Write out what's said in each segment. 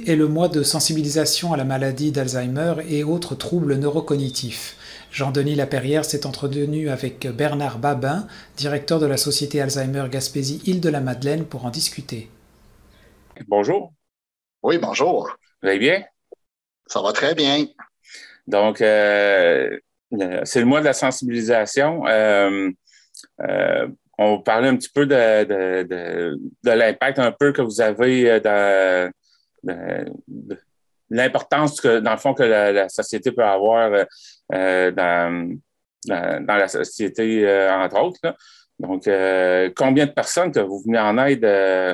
est le mois de sensibilisation à la maladie d'Alzheimer et autres troubles neurocognitifs. Jean-Denis Lapeyriere s'est entretenu avec Bernard Babin, directeur de la Société Alzheimer Gaspésie-Île-de-la-Madeleine, pour en discuter. Bonjour. Oui, bonjour. Vous allez bien? Ça va très bien. Donc, c'est le mois de la sensibilisation. On va parler un petit peu de l'impact un peu que vous avez de l'importance que, dans le fond, que la société peut avoir dans la société, entre autres, là. Donc, combien de personnes que vous venez en aide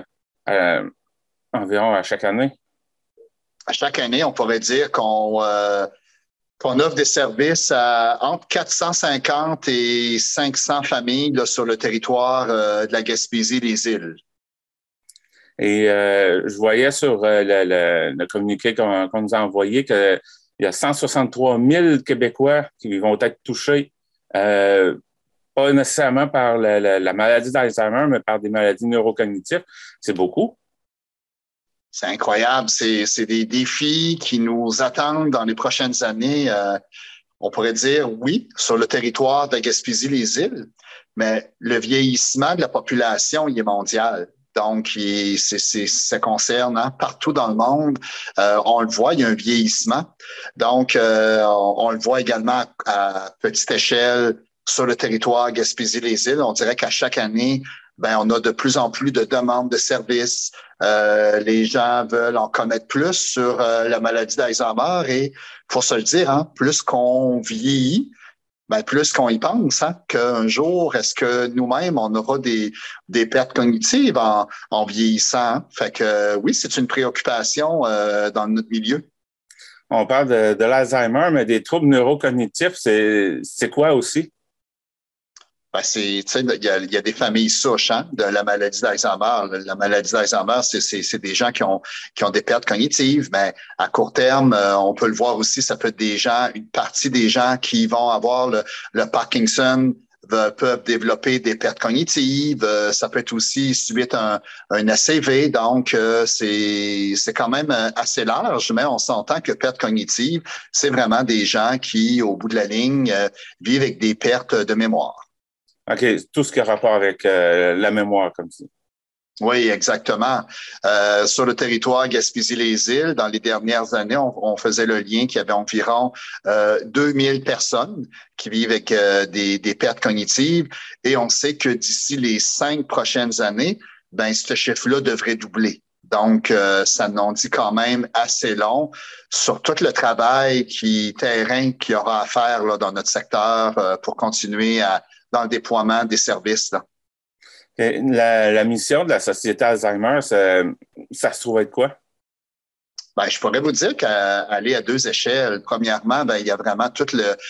environ à chaque année? À chaque année, on pourrait dire qu'on offre des services à entre 450 et 500 familles là, sur le territoire de la Gaspésie, les îles. Et je voyais sur le communiqué qu'on nous a envoyé qu'il y a 163 000 Québécois qui vont être touchés, pas nécessairement par la maladie d'Alzheimer, mais par des maladies neurocognitives. C'est beaucoup. C'est incroyable. C'est des défis qui nous attendent dans les prochaines années. On pourrait dire, oui, sur le territoire de la Gaspésie-les-Îles, mais le vieillissement de la population, il est mondial. Donc, ça concerne partout dans le monde. On le voit, il y a un vieillissement. Donc, on le voit également à petite échelle sur le territoire Gaspésie-les-Îles. On dirait qu'à chaque année, on a de plus en plus de demandes de services. Les gens veulent en connaître plus sur la maladie d'Alzheimer et, faut se le dire, plus qu'on vieillit, plus qu'on y pense, qu'un jour, est-ce que nous-mêmes, on aura des pertes cognitives en vieillissant? Fait que oui, c'est une préoccupation dans notre milieu. On parle de l'Alzheimer, mais des troubles neurocognitifs, c'est quoi aussi? Il y a des familles souches de la maladie d'Alzheimer. La maladie d'Alzheimer, c'est des gens qui ont des pertes cognitives, mais à court terme, on peut le voir aussi, ça peut être des gens, une partie des gens qui vont avoir le Parkinson peuvent développer des pertes cognitives. Ça peut être aussi suite à un ACV. Donc, c'est quand même assez large, mais on s'entend que pertes cognitives, c'est vraiment des gens qui, au bout de la ligne, vivent avec des pertes de mémoire. OK, tout ce qui a rapport avec la mémoire, comme ça. Oui, exactement. Sur le territoire Gaspésie-les-Îles, dans les dernières années, on faisait le lien qu'il y avait environ 2000 personnes qui vivent avec des pertes cognitives et on sait que d'ici les 5 prochaines années, ce chiffre-là devrait doubler. Donc, ça en dit quand même assez long sur tout le travail terrain qu'il y aura à faire là, dans notre secteur pour continuer dans le déploiement des services. Là. La mission de la Société Alzheimer, ça se trouve être quoi? Je pourrais vous dire qu'aller à 2 échelles. Premièrement, il y a vraiment tout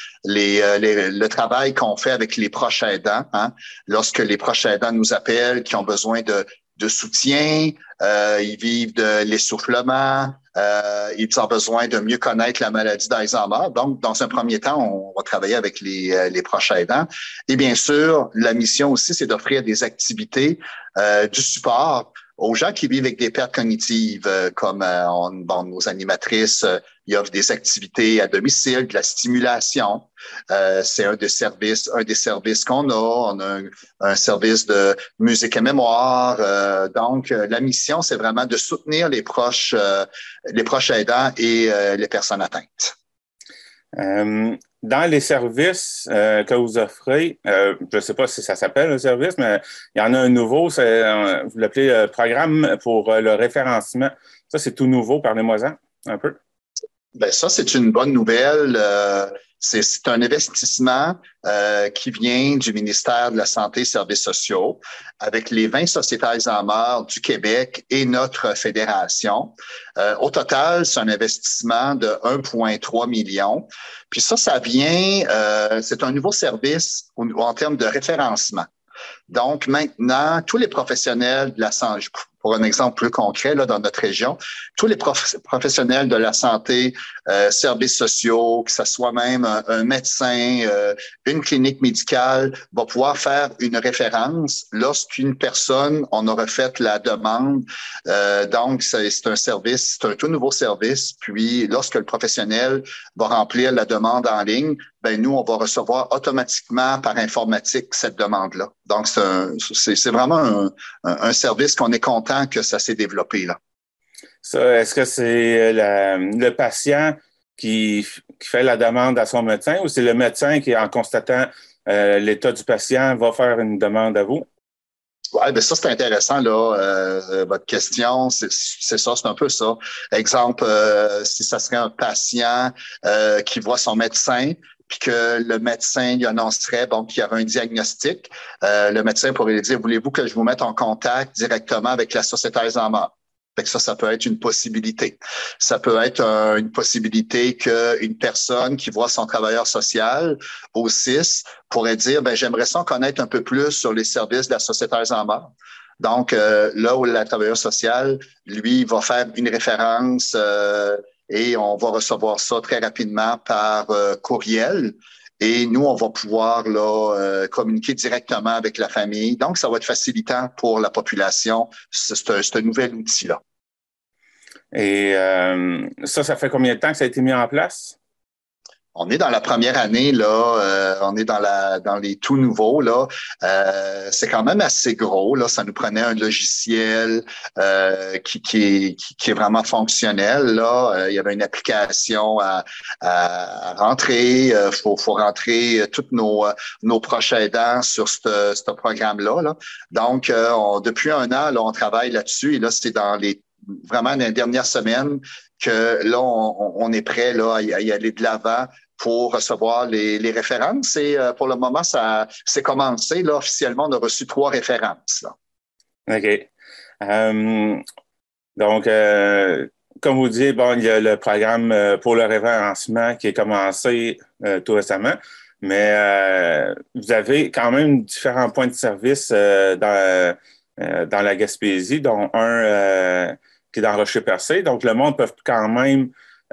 le travail qu'on fait avec les proches aidants. Lorsque les proches aidants nous appellent, qui ont besoin de soutien, ils vivent de l'essoufflement, ils ont besoin de mieux connaître la maladie d'Alzheimer. Donc, dans un premier temps, on va travailler avec les proches aidants. Et bien sûr, la mission aussi, c'est d'offrir des activités, du support aux gens qui vivent avec des pertes cognitives, comme nos animatrices, ils offrent des activités à domicile, de la stimulation. C'est un des services qu'on a. On a un service de musique et mémoire. Donc, la mission, c'est vraiment de soutenir les proches aidants et les personnes atteintes. Dans les services que vous offrez, je ne sais pas si ça s'appelle un service, mais il y en a un nouveau, vous l'appelez programme pour le référencement. Ça, c'est tout nouveau. Parlez-moi-en un peu. Ça, c'est une bonne nouvelle. C'est un investissement qui vient du ministère de la Santé et Services sociaux avec les 20 sociétés Alzheimer du Québec et notre fédération. Au total, c'est un investissement de 1,3 million. Puis ça vient, c'est un nouveau service en termes de référencement. Donc, maintenant, tous les professionnels de la santé, pour un exemple plus concret, là, dans notre région, tous les professionnels de la santé, services sociaux, que ce soit même un médecin, une clinique médicale, va pouvoir faire une référence lorsqu'une personne, on aura fait la demande. Donc, c'est un service, c'est un tout nouveau service. Puis, lorsque le professionnel va remplir la demande en ligne, ben nous, on va recevoir automatiquement par informatique cette demande-là. Donc, c'est vraiment un service qu'on est content que ça s'est développé là. Ça, est-ce que c'est le patient qui fait la demande à son médecin ou c'est le médecin qui, en constatant l'état du patient, va faire une demande à vous? Oui, ben ça, c'est intéressant, là. Votre question, c'est ça, c'est un peu ça. Exemple, si ça serait un patient qui voit son médecin, puis que le médecin lui annoncerait qu'il y avait un diagnostic, le médecin pourrait lui dire, voulez-vous que je vous mette en contact directement avec la Société Alzheimer? Fait que ça peut être une possibilité. Ça peut être une possibilité qu'une personne qui voit son travailleur social au CIS pourrait dire, j'aimerais ça en connaître un peu plus sur les services de la Société Alzheimer. Donc, là où le travailleur social, lui, va faire une référence et on va recevoir ça très rapidement par courriel. Et nous, on va pouvoir là communiquer directement avec la famille. Donc, ça va être facilitant pour la population, ce nouvel outil-là. Et ça fait combien de temps que ça a été mis en place? On est dans la première année, là. On est dans les tout nouveaux, là. C'est quand même assez gros, là. Ça nous prenait un logiciel qui est vraiment fonctionnel, là. Il y avait une application à rentrer. Faut rentrer tous nos proches aidants sur ce programme-là, là. Donc, depuis un an, là, on travaille là-dessus. Et là, c'est vraiment dans les dernières semaines que là, on est prêt là, à y aller de l'avant pour recevoir les références. Et pour le moment, ça c'est commencé. Là, officiellement, on a reçu 3 références. Là. OK. Donc, comme vous dites, il y a le programme pour le référencement qui est commencé tout récemment, mais vous avez quand même différents points de service dans la Gaspésie, dont un qui est dans Rocher-Percé. Donc, le monde peut quand même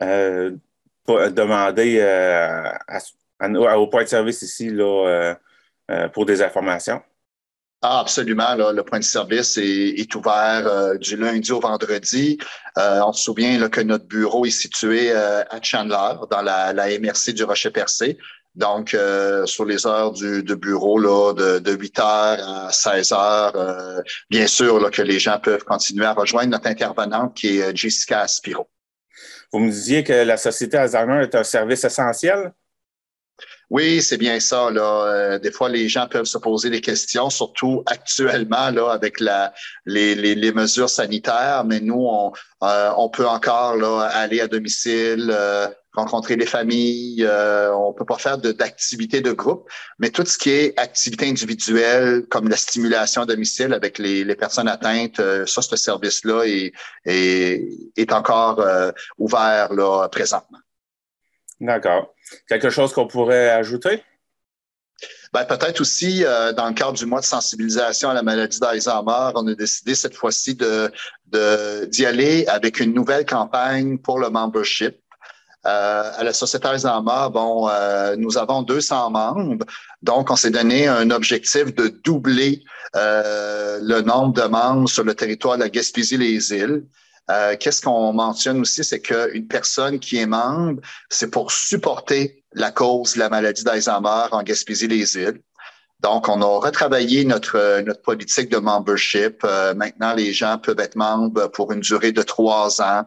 demander au point de service ici là, pour des informations. Ah, absolument. Là, le point de service est ouvert du lundi au vendredi. On se souvient là, que notre bureau est situé à Chandler, dans la MRC du Rocher-Percé. Donc, sur les heures de bureau là, de 8 heures à 16 heures, bien sûr là, que les gens peuvent continuer à rejoindre notre intervenante qui est Jessica Spiro. Vous me disiez que la Société Alzheimer est un service essentiel? Oui, c'est bien ça. Là. Des fois, les gens peuvent se poser des questions, surtout actuellement là, avec les mesures sanitaires. Mais nous, on peut encore là, aller à domicile, rencontrer les familles. On peut pas faire d'activités de groupe, mais tout ce qui est activité individuelle, comme la stimulation à domicile avec les personnes atteintes, ça, ce service-là est encore ouvert là, présentement. D'accord. Quelque chose qu'on pourrait ajouter? Peut-être aussi, dans le cadre du mois de sensibilisation à la maladie d'Alzheimer, on a décidé cette fois-ci d'y aller avec une nouvelle campagne pour le membership. À la Société Alzheimer, nous avons 200 membres, donc on s'est donné un objectif de doubler le nombre de membres sur le territoire de la Gaspésie-les-Îles. Qu'est-ce qu'on mentionne aussi, c'est qu'une personne qui est membre, c'est pour supporter la cause de la maladie d'Alzheimer en Gaspésie-les-Îles. Donc, on a retravaillé notre politique de membership. Maintenant, les gens peuvent être membres pour une durée de 3 ans.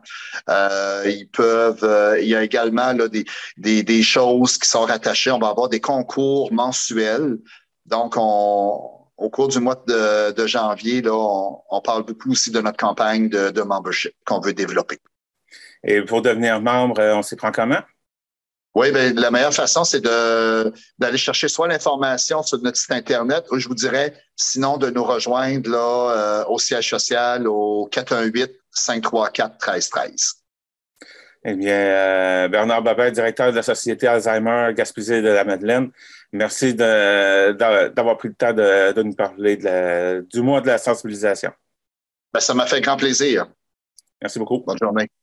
Il y a également là, des choses qui sont rattachées. On va avoir des concours mensuels. Donc, au cours du mois de janvier, là, on parle beaucoup aussi de notre campagne de membership qu'on veut développer. Et pour devenir membre, on s'y prend comment? Oui, la meilleure façon, c'est d'aller chercher soit l'information sur notre site Internet, ou je vous dirais, sinon de nous rejoindre là, au siège social au 418-534-1313. Eh bien, Bernard Babin, directeur de la Société Alzheimer Gaspésie de la Madeleine, merci d'avoir pris le temps de nous parler du mois de la sensibilisation. Ben, ça m'a fait grand plaisir. Merci beaucoup. Bonne journée.